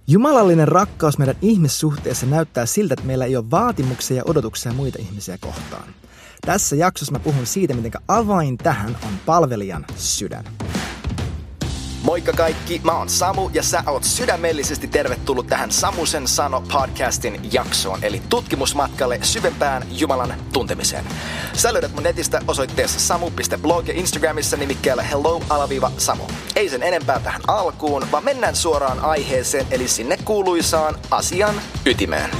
Jumalallinen rakkaus meidän ihmissuhteessa näyttää siltä, että meillä ei ole vaatimuksia ja odotuksia muita ihmisiä kohtaan. Tässä jaksossa mä puhun siitä, miten avain tähän on palvelijan sydän. Moikka kaikki, mä oon Samu ja sä oot sydämellisesti tervetullut tähän Samusen sano podcastin jaksoon, eli tutkimusmatkalle syvempään Jumalan tuntemiseen. Sä löydät mun netistä osoitteessa samu.blog ja Instagramissa nimikkeellä hello_Samu. Ei sen enempää tähän alkuun, vaan mennään suoraan aiheeseen, eli sinne kuuluisaan asian ytimeen.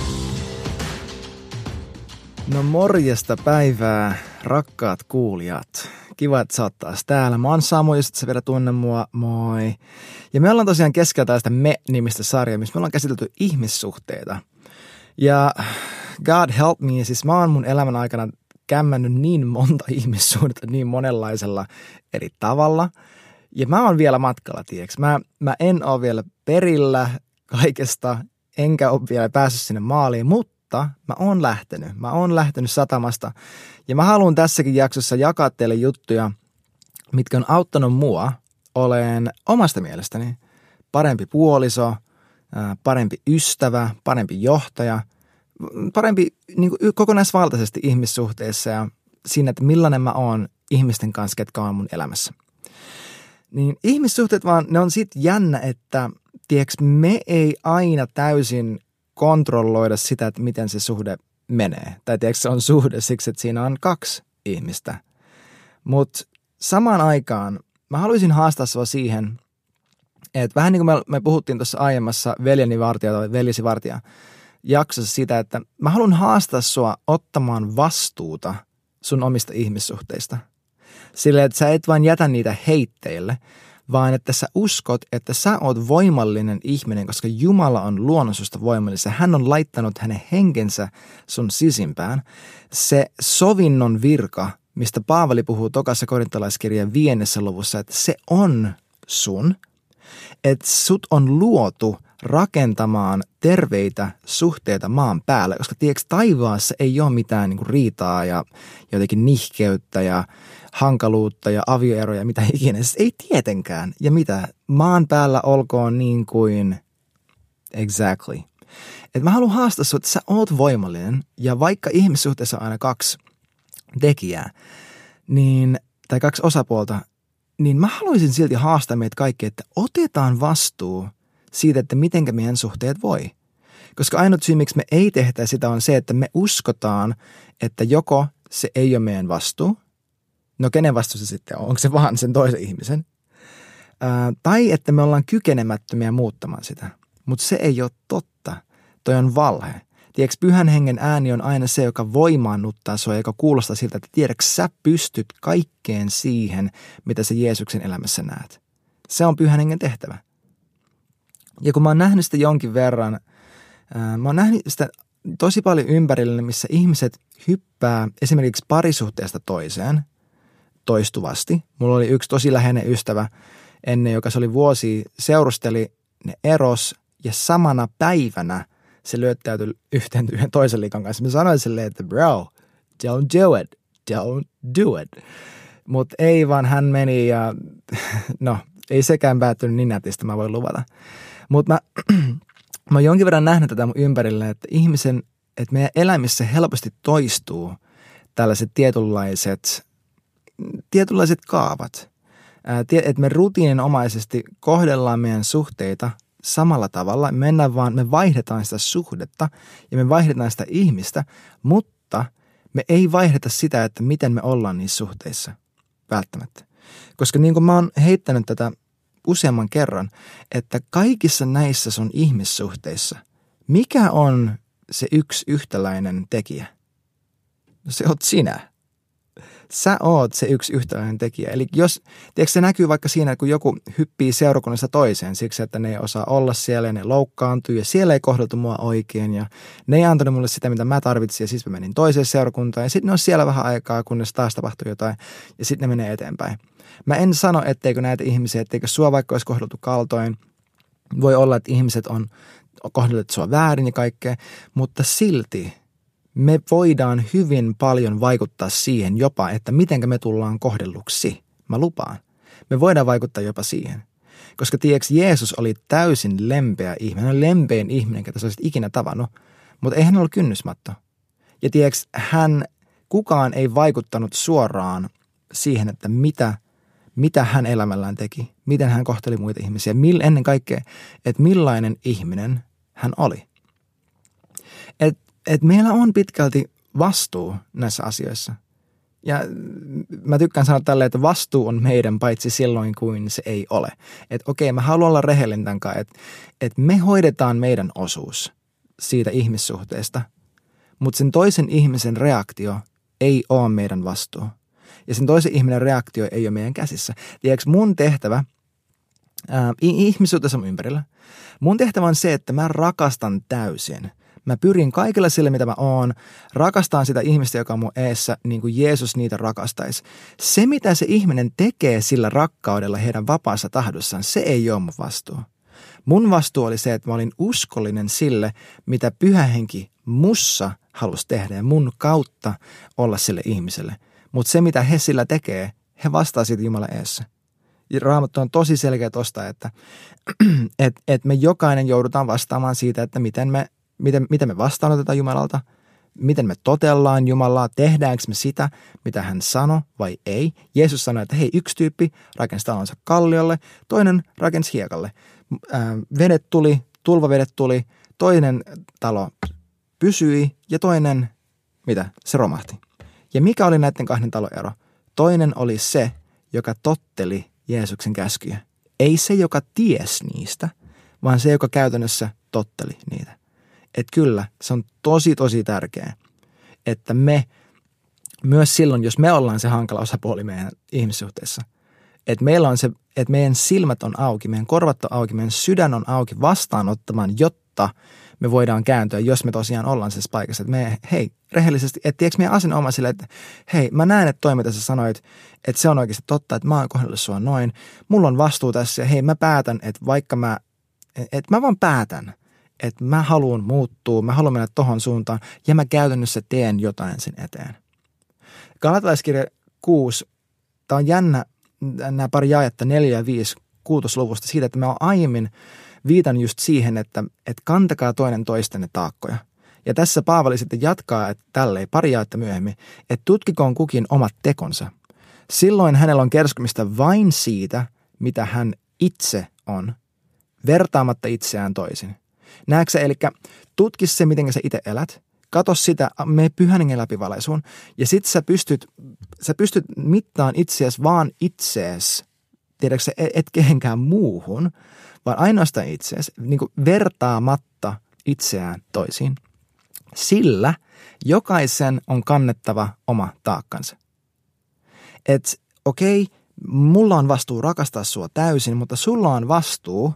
No morjesta päivää, rakkaat kuulijat. Kiva, että sä oot taas täällä. Mä oon Samu, jos et sä vielä tunne mua. Moi. Ja me ollaan tosiaan keskellä tästä Me-nimistä sarjaa, missä me ollaan käsitelty ihmissuhteita. Ja God help me, siis mä oon mun elämän aikana kämmännyt niin monta ihmissuhdetta niin monenlaisella eri tavalla. Ja mä oon vielä matkalla, tiiäks. Mä en oo vielä perillä kaikesta, enkä oo vielä päässyt sinne maaliin, mutta mä oon lähtenyt satamasta ja mä haluan tässäkin jaksossa jakaa teille juttuja, mitkä on auttanut mua olen omasta mielestäni parempi puoliso, parempi ystävä, parempi johtaja, parempi niin kuin kokonaisvaltaisesti ihmissuhteissa ja siinä, että millainen mä oon ihmisten kanssa, ketkä on mun elämässä. Niin ihmissuhteet vaan, ne on sit jännä, että tiedätkö, me ei aina täysin kontrolloida sitä, että miten se suhde menee. Tai tiedätkö, se on suhde siksi, että siinä on kaksi ihmistä. Mutta samaan aikaan mä haluaisin haastaa sua siihen, että vähän niin kuin me puhuttiin tuossa aiemmassa Veljesi vartija jaksossa sitä, että mä haluan haastaa sua ottamaan vastuuta sun omista ihmissuhteista. Silleen, että sä et vain jätä niitä heitteille, vaan että sä uskot, että sä oot voimallinen ihminen, koska Jumala on luonut susta voimallisen. Hän on laittanut hänen henkensä sun sisimpään. Se sovinnon virka, mistä Paavali puhuu tokassa korintalaiskirjan 5. luvussa, että se on sun, että sut on luotu rakentamaan terveitä suhteita maan päällä, koska tiedätkö, taivaassa ei ole mitään niin kuin riitaa ja jotenkin nihkeyttä ja hankaluutta ja avioeroja, mitä ikinä. Siis ei tietenkään. Ja mitä? Maan päällä olkoon niin kuin exactly. Et mä haluan haastaa sut, että sä oot voimallinen ja vaikka ihmissuhteessa on aina kaksi tekijää, tai kaksi osapuolta, niin mä haluaisin silti haastaa meitä kaikki, että otetaan vastuu siitä, että mitenkä meidän suhteet voi. Koska ainut syy, miksi me ei tehdä sitä, on se, että me uskotaan, että joko se ei ole meidän vastuu, no kenen vastuu se sitten on? Onko se vaan sen toisen ihmisen? Tai että me ollaan kykenemättömiä muuttamaan sitä. Mutta se ei ole totta. Toi on valhe. Tiedätkö, Pyhän Hengen ääni on aina se, joka voimaannuttaa sua, joka kuulostaa siltä, että tiedätkö, sä pystyt kaikkeen siihen, mitä sä Jeesuksen elämässä näet. Se on Pyhän Hengen tehtävä. Ja kun mä oon nähnyt sitä jonkin verran, mä oon nähnyt sitä tosi paljon ympärillä, missä ihmiset hyppää esimerkiksi parisuhteesta toiseen toistuvasti. Mulla oli yksi tosi läheinen ystävä ennen, joka se oli vuosia, seurusteli, ne eros ja samana päivänä se lyöttäytyi yhteen toisen liikan kanssa. Mä sanoin silleen, että bro, don't do it. Mutta ei vaan hän meni ja no ei sekään päättynyt niin nätistä, mä voin luvata. Mutta mä oon jonkin verran nähnyt tätä mun ympärillä, että että meidän elämissä helposti toistuu tällaiset tietynlaiset kaavat. Että me rutiininomaisesti kohdellaan meidän suhteita samalla tavalla. Me vaihdetaan sitä suhdetta ja me vaihdetaan sitä ihmistä, mutta me ei vaihdeta sitä, että miten me ollaan niissä suhteissa välttämättä. Koska niin kuin mä oon heittänyt tätä useamman kerran, että kaikissa näissä sun ihmissuhteissa, mikä on se yksi yhtäläinen tekijä? No se oot sinä. Sä oot se yksi yhtäläinen tekijä. Eli tiedätkö, se näkyy vaikka siinä, kun joku hyppii seurakunnasta toiseen siksi, että ne ei osaa olla siellä ja ne loukkaantuu ja siellä ei kohdeltu mua oikein ja ne ei antanut mulle sitä, mitä mä tarvitsin ja siis mä menin toiseen seurakuntaan ja sitten ne on siellä vähän aikaa, kunnes taas tapahtuu jotain ja sitten ne menee eteenpäin. Mä en sano, etteikö näitä ihmisiä, etteikö sua vaikka olisi kohdeltu kaltoin. Voi olla, että ihmiset on kohdellut sua väärin ja kaikkea, mutta silti me voidaan hyvin paljon vaikuttaa siihen jopa, että mitenkä me tullaan kohdelluksi. Mä lupaan. Me voidaan vaikuttaa jopa siihen. Koska tiedätkö, Jeesus oli täysin lempeä ihminen. Hän oli lempein ihminen, ketä sä olisit ikinä tavannut, mutta ei hän ollut kynnysmatto. Ja tiedätkö, kukaan ei vaikuttanut suoraan siihen, että mitä hän elämällään teki, miten hän kohteli muita ihmisiä, ennen kaikkea, että millainen ihminen hän oli. Et meillä on pitkälti vastuu näissä asioissa. Ja mä tykkään sanoa tälleen, että vastuu on meidän paitsi silloin, kuin se ei ole. Että okei, mä haluan olla rehellinen tämän kanssa, että me hoidetaan meidän osuus siitä ihmissuhteesta, mutta sen toisen ihmisen reaktio ei ole meidän vastuu. Ja sen toisen ihminen reaktio ei ole meidän käsissä. Tiedätkö, mun tehtävä ihmissuhteessa mun ympärillä, mun tehtävä on se, että mä rakastan täysin. Mä pyrin kaikilla sille, mitä mä oon, rakastaan sitä ihmistä, joka on mun eessä, niin kuin Jeesus niitä rakastaisi. Se, mitä se ihminen tekee sillä rakkaudella heidän vapaassa tahdossaan, se ei ole mun vastuu. Mun vastuu oli se, että mä olin uskollinen sille, mitä Pyhä Henki mussa halusi tehdä ja mun kautta olla sille ihmiselle. Mutta se, mitä he sillä tekee, he vastaa siitä Jumalan eessä. Raamattu on tosi selkeä tosta, että me jokainen joudutaan vastaamaan siitä, että miten me vastaanotetaan Jumalalta, miten me totellaan Jumalaa, tehdäänkö me sitä, mitä hän sanoi vai ei. Jeesus sanoi, että hei, yksi tyyppi rakensi talonsa kalliolle, toinen rakensi hiekalle. Tulvavedet tuli, toinen talo pysyi ja toinen, se romahti. Ja mikä oli näiden kahden talon ero? Toinen oli se, joka totteli Jeesuksen käskyjä. Ei se, joka ties niistä, vaan se, joka käytännössä totteli niitä. Että kyllä, se on tosi, tosi tärkeää, että me myös silloin, jos me ollaan se hankala osapuoli meidän ihmissuhteessa, että meillä on se, että meidän silmät on auki, meidän korvat on auki, meidän sydän on auki vastaanottamaan, jotta me voidaan kääntyä, jos me tosiaan ollaan tässä paikassa. Että me, hei, rehellisesti, että tiedätkö meidän asenne oma sille, että hei, mä näen, että toi, mitä sä sanoit, että se on oikeasti totta, että mä oon kohdellut sua noin, mulla on vastuu tässä ja hei, mä päätän, että vaikka mä vaan päätän, että mä haluan muuttua, mä haluan mennä tohon suuntaan ja mä käytännössä teen jotain sen eteen. Galatalaiskirja 6, tää on jännä, nämä pari jaetta 4 ja 5 6. siitä, että mä oon aiemmin viitannut just siihen, että kantakaa toinen toistenne taakkoja. Ja tässä Paavali sitten jatkaa, että tälleen pari jaetta myöhemmin, että tutkikoon kukin omat tekonsa. Silloin hänellä on kerskymistä vain siitä, mitä hän itse on, vertaamatta itseään toisin. Näetkö sä, eli tutki se, miten sä itse elät, kato sitä, mene Pyhän Hengen läpivalaisuun, ja sit sä pystyt mittaan itseäsi vaan itseäsi, tiedätkö sä, et kehenkään muuhun, vaan ainoastaan itseäsi, niin kuin vertaamatta itseään toisiin. Sillä jokaisen on kannettava oma taakkansa. Että okei, mulla on vastuu rakastaa sua täysin, mutta sulla on vastuu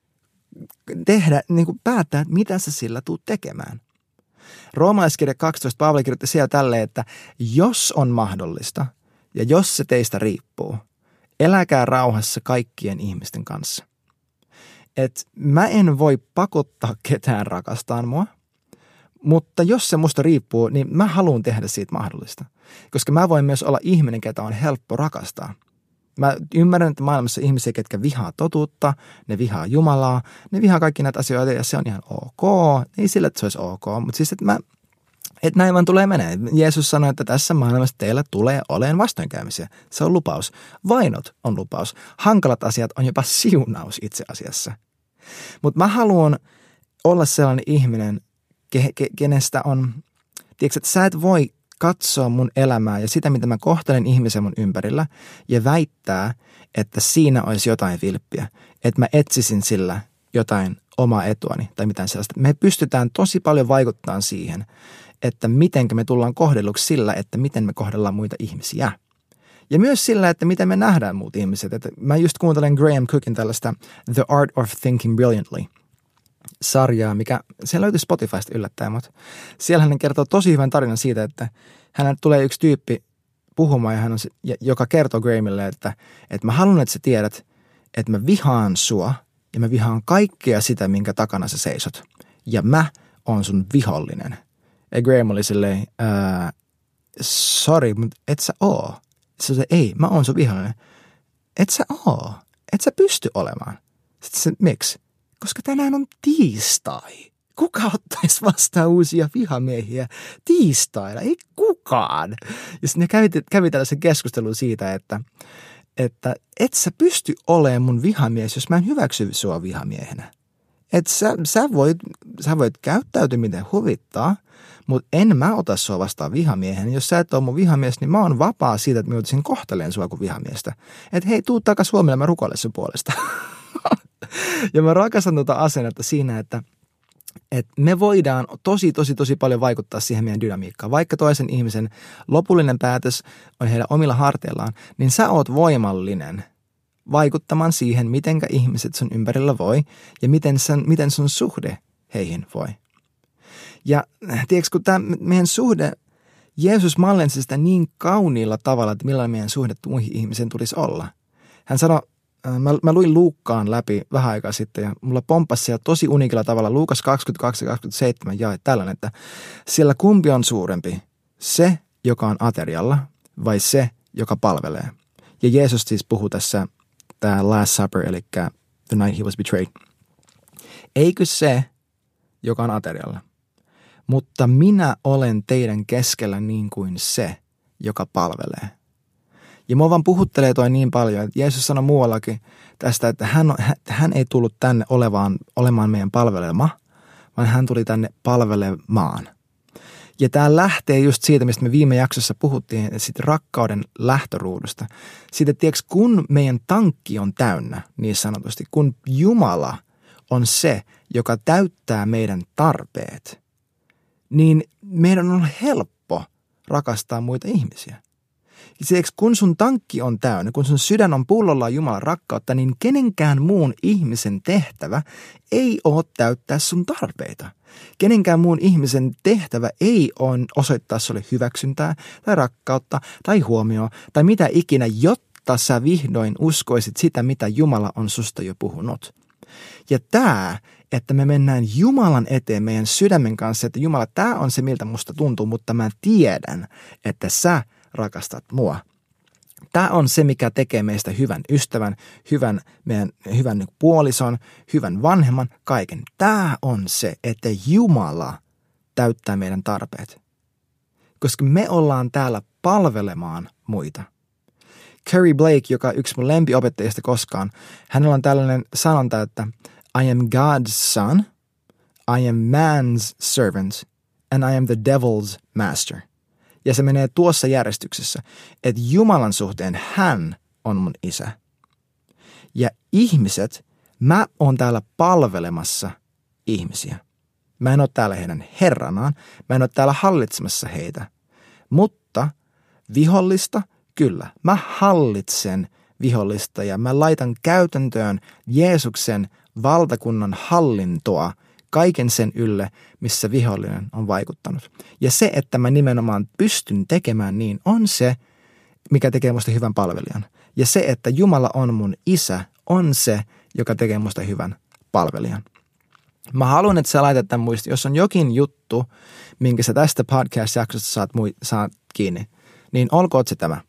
tehdä, niin kuin päättää, että mitä sä sillä tuut tekemään. Roomalaiskirja 12, Paavali kirjoitti siellä tälleen, että jos on mahdollista ja jos se teistä riippuu, eläkää rauhassa kaikkien ihmisten kanssa. Et mä en voi pakottaa ketään rakastaan mua, mutta jos se musta riippuu, niin mä haluan tehdä siitä mahdollista. Koska mä voin myös olla ihminen, ketä on helppo rakastaa. Mä ymmärrän, että maailmassa on ihmisiä, ketkä vihaa totuutta, ne vihaa Jumalaa, ne vihaa kaikki näitä asioita ja se on ihan ok. Ei sillä, että se olisi ok, mutta siis, että näin vaan tulee menee. Jeesus sanoi, että tässä maailmassa teillä tulee oleen vastoinkäymisiä. Se on lupaus. Vainot on lupaus. Hankalat asiat on jopa siunaus itse asiassa. Mutta mä haluan olla sellainen ihminen, kenestä on, tiedätkö, että sä et voi katsoa mun elämää ja sitä, mitä mä kohtelen ihmisen mun ympärillä ja väittää, että siinä olisi jotain vilppiä, että mä etsisin sillä jotain omaa etuani tai mitään sellaista. Me pystytään tosi paljon vaikuttamaan siihen, että miten me tullaan kohdelluksi sillä, että miten me kohdellaan muita ihmisiä. Ja myös sillä, että miten me nähdään muut ihmiset. Että mä just kuuntelen Graham Cookin tällaista The Art of Thinking Brilliantly -sarjaa, mikä se löytyy Spotifysta yllättäen, mutta siellä hän kertoo tosi hyvän tarinan siitä, että hänelle tulee yksi tyyppi puhumaan, joka kertoo Grahamille, että mä haluan, että sä tiedät, että mä vihaan sua ja mä vihaan kaikkea sitä, minkä takana sä seisot. Ja mä oon sun vihollinen. Ja Graham oli silleen, sorry, mutta et sä oo. Se ei, mä oon sun vihollinen. Et sä oo. Et sä pysty olemaan. Sitten se, miksi? Koska tänään on tiistai. Kuka ottaisi vastaan uusia vihamiehiä tiistaina? Ei kukaan. Ja sitten ne kävi tällaisen keskustelun siitä, että et sä pysty olemaan mun vihamies, jos mä en hyväksy sua vihamiehenä. Että sä voit käyttäytyä miten huvittaa, mutta en mä ota sua vastaan vihamiehen. Jos sä et ole mun vihamies, niin mä oon vapaa siitä, että mä joutuisin kohteleen sua kuin vihamiestä. Että hei, tuu takas huomenna, mä rukoilen sun puolesta. Ja mä rakastan tuota asennetta siinä, että me voidaan tosi paljon vaikuttaa siihen meidän dynamiikkaan. Vaikka toisen ihmisen lopullinen päätös on heidän omilla harteillaan, niin sä oot voimallinen vaikuttamaan siihen, mitenkä ihmiset sun ympärillä voi ja miten sun suhde heihin voi. Ja tiedätkö, kun tämä meidän suhde, Jeesus mallensi sitä niin kauniilla tavalla, että millainen meidän suhde muihin ihmisiin tulisi olla. Hän sanoi, mä luin Luukkaan läpi vähän aikaa sitten ja mulla pomppasi siellä tosi unikilla tavalla Luukas 22 ja 27 jae tällainen, että siellä kumpi on suurempi, se, joka on aterialla vai se, joka palvelee. Ja Jeesus siis puhuu tässä tämä Last Supper, eli the night he was betrayed. Eikö se, joka on aterialla? Mutta minä olen teidän keskellä niin kuin se, joka palvelee. Ja mua vaan puhuttelee toi niin paljon, että Jeesus sanoi muuallakin tästä, että hän ei tullut tänne olemaan meidän palvelema, vaan hän tuli tänne palvelemaan. Ja tämä lähtee just siitä, mistä me viime jaksossa puhuttiin, että siitä rakkauden lähtöruudusta. Siitä, tiedätkö, kun meidän tankki on täynnä, niin sanotusti, kun Jumala on se, joka täyttää meidän tarpeet, niin meidän on helppo rakastaa muita ihmisiä. Siksi kun sun tankki on täynnä, kun sun sydän on pullollaan Jumalan rakkautta, niin kenenkään muun ihmisen tehtävä ei ole täyttää sun tarpeita. Kenenkään muun ihmisen tehtävä ei ole osoittaa sulle hyväksyntää tai rakkautta tai huomioon tai mitä ikinä, jotta sä vihdoin uskoisit sitä, mitä Jumala on susta jo puhunut. Ja tämä, että me mennään Jumalan eteen meidän sydämen kanssa, että Jumala, tämä on se, miltä musta tuntuu, mutta mä tiedän, että sä rakastat mua. Tämä on se, mikä tekee meistä hyvän ystävän, hyvän puolison, hyvän vanhemman, kaiken. Tämä on se, että Jumala täyttää meidän tarpeet. Koska me ollaan täällä palvelemaan muita. Curry Blake, joka on yksi mun lempiopettajista koskaan, hänellä on tällainen sanonta, että I am God's son, I am man's servant, and I am the devil's master. Ja se menee tuossa järjestyksessä, että Jumalan suhteen hän on mun isä. Ja ihmiset, mä oon täällä palvelemassa ihmisiä. Mä en ole täällä heidän herranaan, mä en ole täällä hallitsemassa heitä. Mutta vihollista, kyllä, mä hallitsen vihollista ja mä laitan käytäntöön Jeesuksen valtakunnan hallintoa kaiken sen ylle, missä vihollinen on vaikuttanut. Ja se, että mä nimenomaan pystyn tekemään niin, on se, mikä tekee musta hyvän palvelijan. Ja se, että Jumala on mun isä, on se, joka tekee musta hyvän palvelijan. Mä haluan, että sä laitat tämän muistiin. Jos on jokin juttu, minkä sä tästä podcast-jaksosta saat kiinni, niin olkoon se tämä.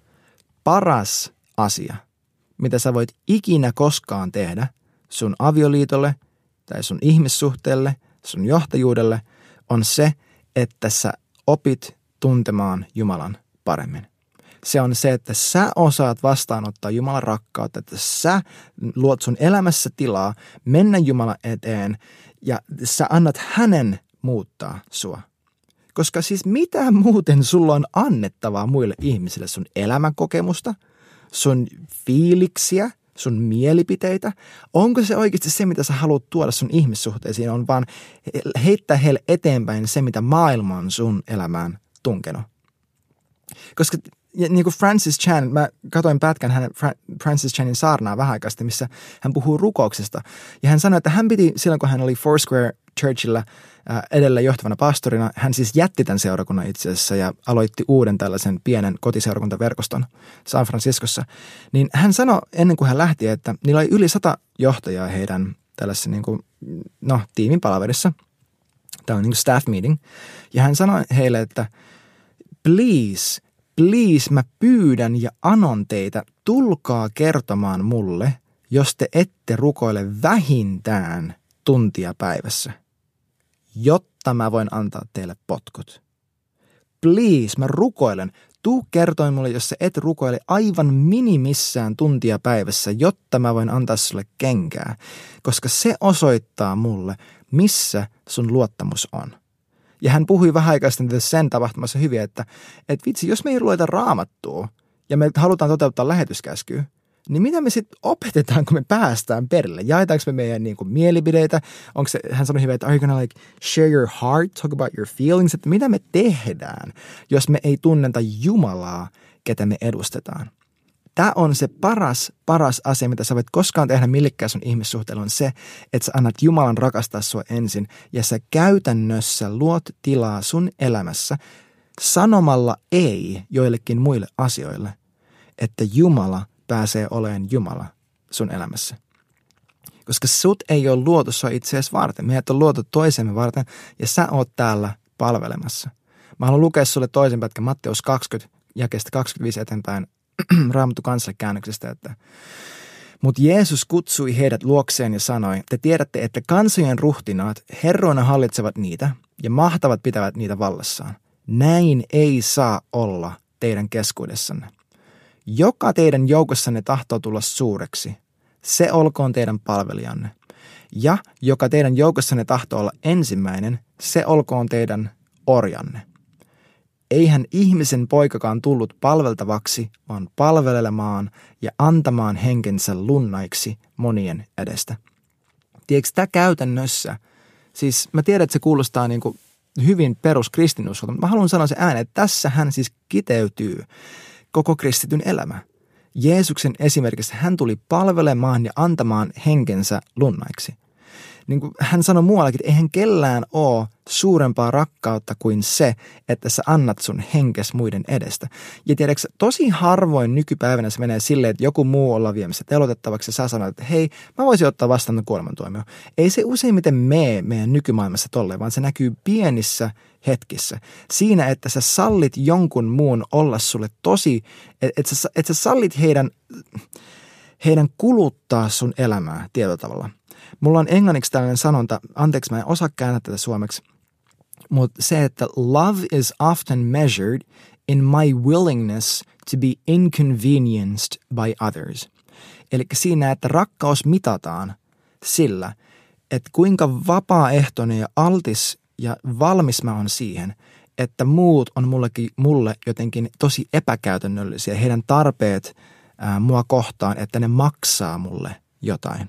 Paras asia, mitä sä voit ikinä koskaan tehdä sun avioliitolle tai sun ihmissuhteelle, sun johtajuudelle, on se, että sä opit tuntemaan Jumalan paremmin. Se on se, että sä osaat vastaanottaa Jumalan rakkautta, että sä luot sun elämässä tilaa mennä Jumalan eteen ja sä annat hänen muuttaa sua. Koska siis mitä muuten sulla on annettavaa muille ihmisille? Sun elämänkokemusta, sun fiiliksiä, sun mielipiteitä? Onko se oikeasti se, mitä sä haluat tuoda sun ihmissuhteisiin? On vaan heittää heille eteenpäin se, mitä maailma on sun elämään tunkenut. Koska niin kuin Francis Chan, mä katsoin pätkän hänen Francis Chanin saarnaa vähän aikaa sitten, missä hän puhuu rukouksesta. Ja hän sanoi, että hän piti silloin, kun hän oli Foursquare Churchilla edellä johtavana pastorina, hän siis jätti tämän seurakunnan itse asiassa ja aloitti uuden tällaisen pienen kotiseurakuntaverkoston San Franciscossa. Niin hän sanoi ennen kuin hän lähti, että niillä oli yli 100 johtajaa heidän tällaisessa niin kuin, tiimin palaverissa. Tämä on niin kuin staff meeting. Ja hän sanoi heille, että please, mä pyydän ja anon teitä, tulkaa kertomaan mulle, jos te ette rukoile vähintään tuntia päivässä, jotta mä voin antaa teille potkut. Please, mä rukoilen. Tuu kertoin mulle, jos sä et rukoile aivan minimissään tuntia päivässä, jotta mä voin antaa sulle kenkää. Koska se osoittaa mulle, missä sun luottamus on. Ja hän puhui vähän aikaa sitten sen tapahtumassa hyvin, että vitsi, jos me ei lueta Raamattua ja me halutaan toteuttaa lähetyskäskyä, niin mitä me sitten opetetaan, kun me päästään perille? Jaetaanko me meidän niin kuin mielipideitä? Onko se, hän sanoi hyvin, että are you gonna like share your heart, talk about your feelings? Että mitä me tehdään, jos me ei tunneta Jumalaa, ketä me edustetaan? Tämä on se paras asia, mitä sä voit koskaan tehdä millekään sun ihmissuhteella, on se, että sä annat Jumalan rakastaa sua ensin ja sä käytännössä luot tilaa sun elämässä sanomalla ei joillekin muille asioille, että Jumala pääsee olemaan Jumala sun elämässä. Koska sut ei ole luotu sua itseäsi varten. Meidät on luotu toisemme varten ja sä oot täällä palvelemassa. Mä haluan lukea sulle toisen pätkän Matteus 20, jakeesta 25 eteenpäin Raamattu kansallikäännöksestä, että mutta Jeesus kutsui heidät luokseen ja sanoi, te tiedätte, että kansojen ruhtinaat herroina hallitsevat niitä ja mahtavat pitävät niitä vallassaan. Näin ei saa olla teidän keskuudessanne. Joka teidän joukossanne tahtoo tulla suureksi, se olkoon teidän palvelijanne. Ja joka teidän joukossanne tahtoo olla ensimmäinen, se olkoon teidän orjanne. Eihän ihmisen poikakaan tullut palveltavaksi, vaan palvelemaan ja antamaan henkensä lunnaiksi monien edestä. Tiedätkö, tämä käytännössä, siis mä tiedän, että se kuulostaa niin kuin hyvin peruskristinuskolta, mutta mä haluan sanoa se ääneen, että tässä hän siis kiteytyy koko kristityn elämä. Jeesuksen esimerkiksi hän tuli palvelemaan ja antamaan henkensä lunnaiksi. Niin kuin hän sanoi muuallakin, että eihän kellään ole suurempaa rakkautta kuin se, että sä annat sun henkes muiden edestä. Ja tiedätkö, tosi harvoin nykypäivänä se menee silleen, että joku muu ollaan viemässä telotettavaksi ja sä sanot, että hei, mä voisin ottaa vastaan kuolemantuomio. Ei se useimmiten mene meidän nykymaailmassa tolleen, vaan se näkyy pienissä hetkissä. Siinä, että sä sallit jonkun muun olla sulle tosi, että sä sallit heidän kuluttaa sun elämää tietyllä tavalla. Mulla on englanniksi tällainen sanonta, anteeksi mä en osaa käännä tätä suomeksi, mutta se, että love is often measured in my willingness to be inconvenienced by others. Eli siinä, että rakkaus mitataan sillä, että kuinka vapaaehtoinen ja altis ja valmis mä oon siihen, että muut on mulle jotenkin tosi epäkäytännöllisiä, heidän tarpeet mua kohtaan, että ne maksaa mulle jotain.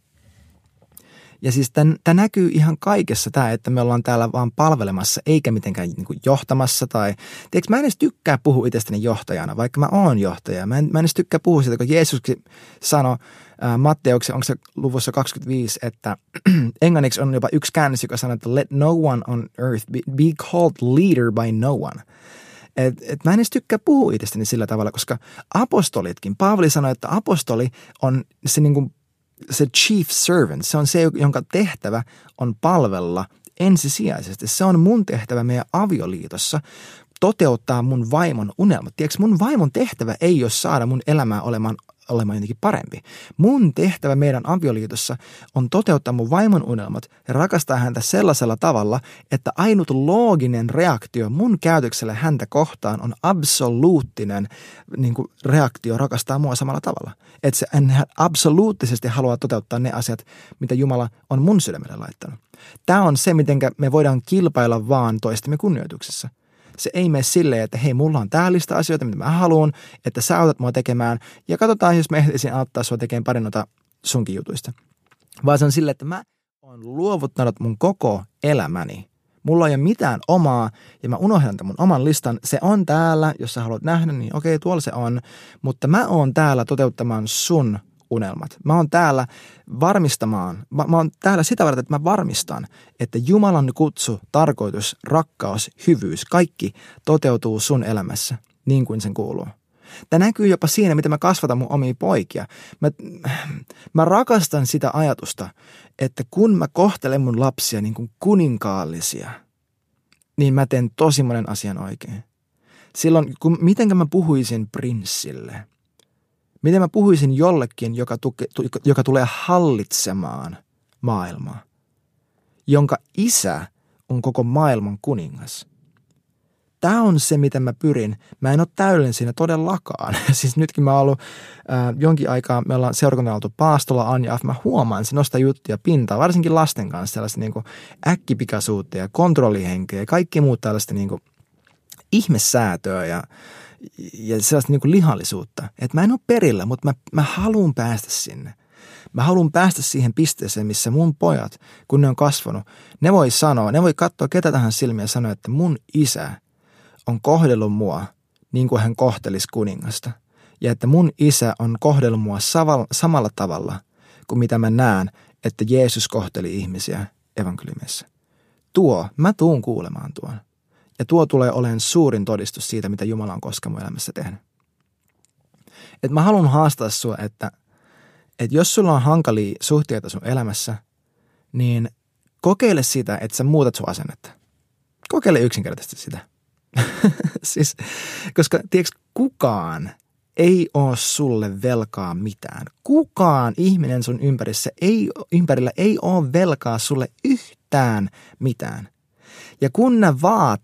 Ja siis tämä näkyy ihan kaikessa tämä, että me ollaan täällä vaan palvelemassa, eikä mitenkään niin kuin johtamassa. Tiedätkö, mä en edes tykkää puhua itsestäni johtajana, vaikka mä oon johtaja. Mä en edes tykkää puhua siitä, kun Jeesuskin sanoi Matteuksen, onko se luvussa 25, että englanniksi on jopa yksi käännös, joka sanoo, että let no one on earth be called leader by no one. Mä en edes tykkää puhua itsestäni sillä tavalla, koska apostolitkin, Paavali sanoi, että apostoli on se niin kuin se chief servant, se on se, jonka tehtävä on palvella ensisijaisesti. Se on mun tehtävä meidän avioliitossa toteuttaa mun vaimon unelmat. Tiedätkö, mun vaimon tehtävä ei ole saada mun elämää olemaan jotenkin parempi. Mun tehtävä meidän avioliitossa on toteuttaa mun vaimon unelmat ja rakastaa häntä sellaisella tavalla, että ainut looginen reaktio mun käytökselle häntä kohtaan on absoluuttinen niin kuin reaktio rakastaa mua samalla tavalla. Että hän absoluuttisesti haluaa toteuttaa ne asiat, mitä Jumala on mun sydämelle laittanut. Tämä on se, miten me voidaan kilpailla vaan toistemme kunnioituksessa. Se ei mene silleen, että hei, mulla on tää lista asioita, mitä mä haluan, että sä autat mua tekemään, ja katsotaan, jos mä ehtisin auttaa sua tekemään pari noita sunkin jutuista. Vaan se on silleen, että mä oon luovuttanut mun koko elämäni. Mulla ei ole mitään omaa, ja mä unohdan tämän mun oman listan. Se on täällä, jos sä haluat nähdä, niin okei, tuolla se on. Mutta mä oon täällä toteuttamaan sun unelmat. Mä oon täällä varmistamaan, mä oon täällä sitä varten, että mä varmistan, että Jumalan kutsu, tarkoitus, rakkaus, hyvyys, kaikki toteutuu sun elämässä niin kuin sen kuuluu. Tämä näkyy jopa siinä, miten mä kasvatan mun omia poikia. Mä rakastan sitä ajatusta, että kun mä kohtelen mun lapsia niin kuin kuninkaallisia, niin mä teen tosi monen asian oikein. Silloin, mitenkä mä puhuisin prinssille? Miten mä puhuisin jollekin, joka tulee hallitsemaan maailmaa, jonka isä on koko maailman kuningas. Tämä on se, mitä mä pyrin. Mä en ole täydellinen siinä todellakaan. Siis nytkin mä oon ollut jonkin aikaa, me ollaan seurakuntana oltu Paastolla, Anja F. Mä huomaan, se nostaa juttuja pintaan, varsinkin lasten kanssa, sellaista niin kuin äkkipikaisuutta ja kontrollihenkeä ja kaikki muut tällaista niin kuin ihmesäätöä ja sellaista niin kuin lihallisuutta. Että mä en ole perillä, mutta mä haluan päästä sinne. Mä haluan päästä siihen pisteeseen, missä mun pojat, kun ne on kasvanut, ne voi katsoa ketä tahansa silmiä ja sanoa, että mun isä on kohdellut mua niin kuin hän kohtelisi kuningasta. Ja että mun isä on kohdellut mua samalla tavalla kuin mitä mä näen, että Jeesus kohteli ihmisiä evankeliumissa. Mä tuun kuulemaan tuon. Ja tuo tulee olemaan suurin todistus siitä, mitä Jumala on koskaan mun elämässä tehnyt. Et mä haluan haastaa sua, että jos sulla on hankalia suhteita sun elämässä, niin kokeile sitä, että sä muutat sun asennetta. Kokeile yksinkertaisesti sitä. Siis, koska tiedätkö, kukaan ei ole sulle velkaa mitään. Kukaan ihminen sun ympärillä ei ole velkaa sulle yhtään mitään. Ja kun nämä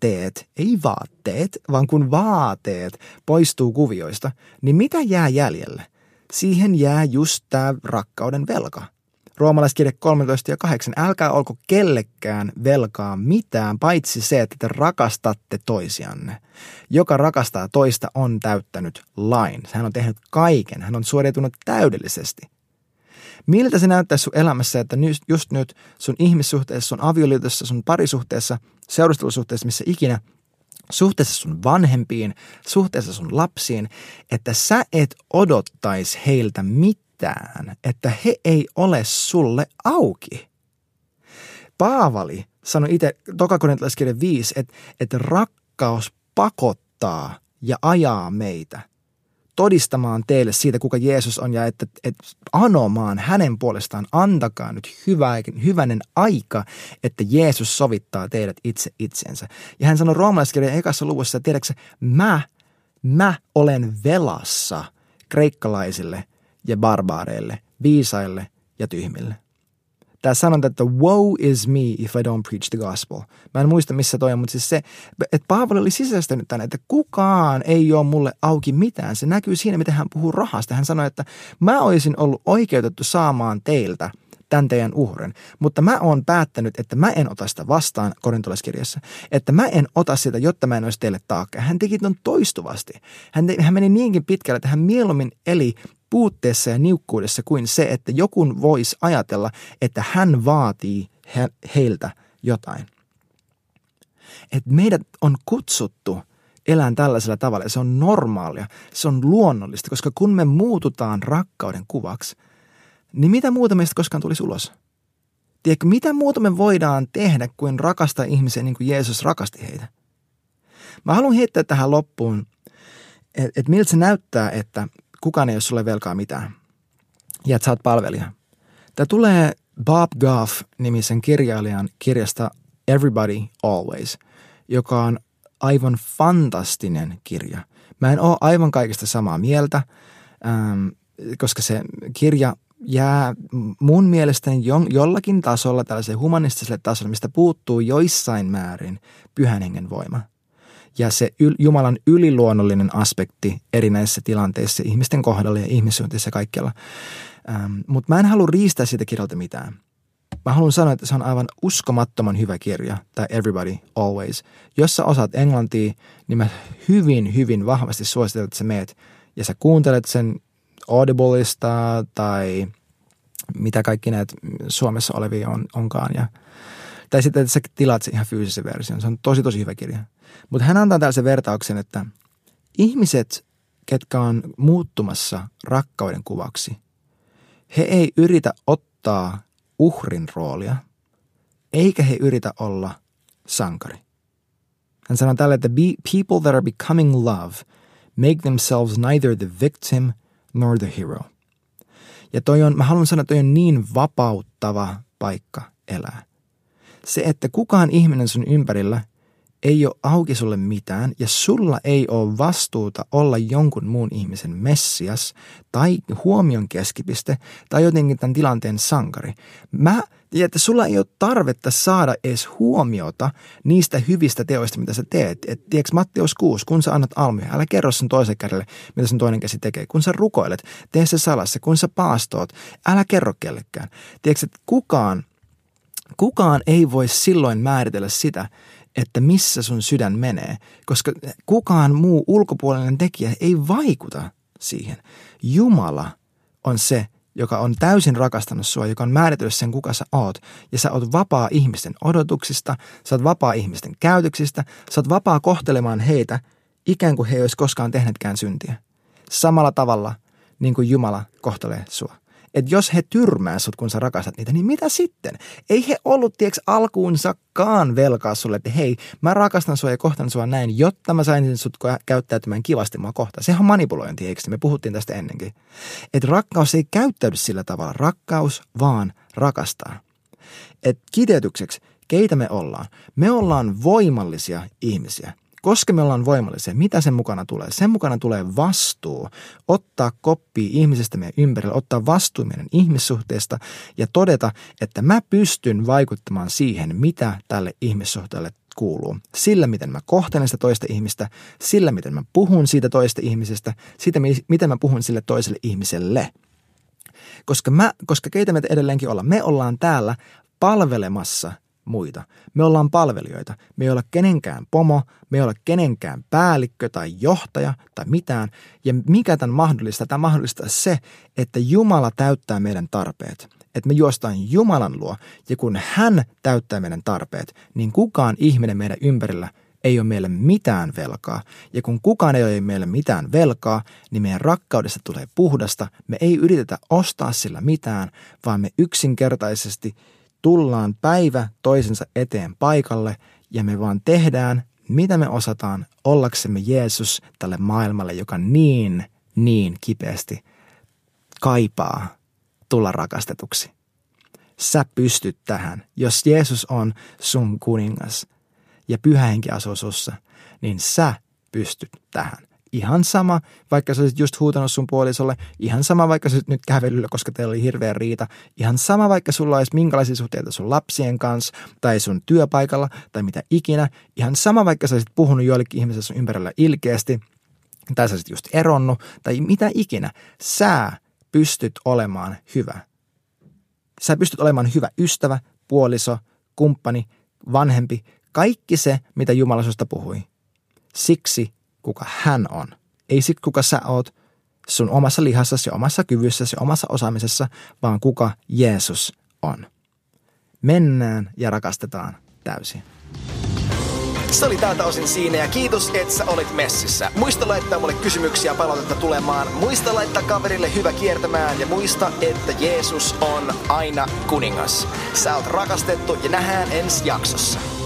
kun vaateet poistuu kuvioista, niin mitä jää jäljelle? Siihen jää just tämä rakkauden velka. Roomalaiskirje 13:8. Älkää olko kellekään velkaa mitään, paitsi se, että te rakastatte toisianne. Joka rakastaa toista on täyttänyt lain. Hän on tehnyt kaiken. Hän on suoriutunut täydellisesti. Miltä se näyttäisi sun elämässä, että just nyt sun ihmissuhteessa, sun avioliitossa, sun parisuhteessa, seurustelusuhteessa, missä ikinä, suhteessa sun vanhempiin, suhteessa sun lapsiin, että sä et odottaisi heiltä mitään, että he ei ole sulle auki. Paavali sanoi itse, 2 Korintalaiskirje 5, että rakkaus pakottaa ja ajaa meitä todistamaan teille siitä, kuka Jeesus on ja että anomaan hänen puolestaan, antakaa nyt hyvänen aika, että Jeesus sovittaa teidät itse itsensä. Ja hän sanoi roomalaiskirjan 1. luvussa, että tiedätkö, mä olen velassa kreikkalaisille ja barbaareille, viisaille ja tyhmille. Tämä sanonta, että woe is me if I don't preach the gospel. Mä en muista missä toi on, mutta siis se, että Paavali oli sisäistänyt tänne, että kukaan ei ole mulle auki mitään. Se näkyy siinä, miten hän puhuu rahasta. Hän sanoi, että mä olisin ollut oikeutettu saamaan teiltä tämän teidän uhrin, mutta mä oon päättänyt, että mä en ota sitä vastaan korintolaiskirjassa, että mä en ota sitä, jotta mä en olisi teille taakka. Hän teki ton toistuvasti. Hän meni niinkin pitkälle, että hän mieluummin eli puutteessa ja niukkuudessa kuin se, että joku voisi ajatella, että hän vaatii heiltä jotain. Että meidät on kutsuttu elään tällaisella tavalla ja se on normaalia, se on luonnollista, koska kun me muututaan rakkauden kuvaksi, niin mitä muuta meistä koskaan tulisi ulos? Tiedätkö, mitä muuta me voidaan tehdä kuin rakastaa ihmisiä niin kuin Jeesus rakasti heitä? Mä haluan heittää tähän loppuun, että miltä se näyttää, että kukaan ei ole sulle velkaa mitään ja että sä oot palvelija. Tämä tulee Bob Goff-nimisen kirjailijan kirjasta Everybody Always, joka on aivan fantastinen kirja. Mä en ole aivan kaikesta samaa mieltä, koska se kirja jää mun mielestäni jollakin tasolla, tällaiselle humanistiselle tasolle, mistä puuttuu joissain määrin pyhän hengen voima. Ja se Jumalan yliluonnollinen aspekti erinäisissä tilanteissa, ihmisten kohdalla ja ihmissuhteissa kaikkialla. Mutta mä en halua riistää siitä kirjalta mitään. Mä haluan sanoa, että se on aivan uskomattoman hyvä kirja, tai Everybody Always. Jos sä osaat englantia, niin mä hyvin, hyvin vahvasti suosittelen, että sä meet ja sä kuuntelet sen Audibleista tai mitä kaikki näitä Suomessa olevia onkaan. Tai sitten, että sä tilaat sen ihan fyysisen version. Se on tosi, tosi hyvä kirja. Mutta hän antaa tällaisen vertauksen, että ihmiset, ketkä on muuttumassa rakkauden kuvaksi, he ei yritä ottaa uhrin roolia, eikä he yritä olla sankari. Hän sanoo tällä, että people that are becoming love make themselves neither the victim nor the hero. Ja mä haluan sanoa, että toi on niin vapauttava paikka elää. Se, että kukaan ihminen sun ympärillä ei ole auki sulle mitään ja sulla ei ole vastuuta olla jonkun muun ihmisen messias tai huomion keskipiste tai jotenkin tämän tilanteen sankari. Ja että sulla ei ole tarvetta saada edes huomiota niistä hyvistä teoista, mitä sä teet. Tiedätkö Matteus 6, kun sä annat almuja, älä kerro sen toisen kädelle, mitä sen toinen käsi tekee. Kun sä rukoilet, tee se salassa. Kun sä paastoot, älä kerro kellekään. Tiedätkö, että kukaan ei voi silloin määritellä sitä, että missä sun sydän menee, koska kukaan muu ulkopuolinen tekijä ei vaikuta siihen. Jumala on se, joka on täysin rakastanut sua, joka on määritellyt sen, kuka sä oot. Ja sä oot vapaa ihmisten odotuksista, sä oot vapaa ihmisten käytöksistä, sä oot vapaa kohtelemaan heitä ikään kuin he ei olisi koskaan tehneetkään syntiä. Samalla tavalla, niin kuin Jumala kohtelee sua. Että jos he tyrmää sut, kun sä rakastat niitä, niin mitä sitten? Ei he ollut, tieks, alkuunsakaan velkaa sulle, että hei, mä rakastan sua ja kohtan sua näin, jotta mä saisin sut käyttäytymään kivasti mua kohtaan. Sehän on manipulointi, eikö? Me puhuttiin tästä ennenkin. Että rakkaus ei käyttäydy sillä tavalla. Rakkaus vaan rakastaa. Että kiteytykseksi, keitä me ollaan? Me ollaan voimallisia ihmisiä. Koska me ollaan voimallisia, mitä sen mukana tulee? Sen mukana tulee vastuu, ottaa koppia ihmisestä meidän ympärillä, ottaa vastuu meidän ihmissuhteesta ja todeta, että mä pystyn vaikuttamaan siihen, mitä tälle ihmissuhteelle kuuluu. Sillä, miten mä kohtelen sitä toista ihmistä, sillä, miten mä puhun siitä toista ihmisestä, siitä, miten mä puhun sille toiselle ihmiselle. Koska keitä me edelleenkin ollaan? Me ollaan täällä palvelemassa muita. Me ollaan palvelijoita. Me ei olla kenenkään pomo, me ei olla kenenkään päällikkö tai johtaja tai mitään. Ja mikä tämän mahdollistaa? Tämä mahdollistaa se, että Jumala täyttää meidän tarpeet. Että me juostaan Jumalan luo ja kun hän täyttää meidän tarpeet, niin kukaan ihminen meidän ympärillä ei ole meille mitään velkaa. Ja kun kukaan ei ole meille mitään velkaa, niin meidän rakkaudesta tulee puhdasta. Me ei yritetä ostaa sillä mitään, vaan me yksinkertaisesti tullaan päivä toisensa eteen paikalle ja me vaan tehdään, mitä me osataan ollaksemme Jeesus tälle maailmalle, joka niin kipeästi kaipaa tulla rakastetuksi. Sä pystyt tähän. Jos Jeesus on sun kuningas ja Pyhä Henki asuu sussa, niin sä pystyt tähän. Ihan sama, vaikka sä olisit just huutanut sun puolisolle, ihan sama, vaikka sä olisit nyt kävelyllä, koska teillä oli hirveä riita, ihan sama, vaikka sulla olisi minkälaisia suhteita sun lapsien kanssa, tai sun työpaikalla, tai mitä ikinä, ihan sama, vaikka sä olisit puhunut joillekin ihmisille sun ympärillä ilkeästi, tai sä olisit just eronnut, tai mitä ikinä, sä pystyt olemaan hyvä. Sä pystyt olemaan hyvä ystävä, puoliso, kumppani, vanhempi, kaikki se, mitä Jumala susta puhui. Siksi kuka hän on. Ei sit kuka sä oot sun omassa lihassasi, omassa kyvyssäsi, omassa osaamisessa, vaan kuka Jeesus on. Mennään ja rakastetaan täysin. Se oli tältä osin siinä ja kiitos, että sä olit messissä. Muista laittaa mulle kysymyksiä ja palautetta tulemaan. Muista laittaa kaverille hyvä kiertämään ja muista, että Jeesus on aina kuningas. Sä oot rakastettu ja nähdään ensi jaksossa.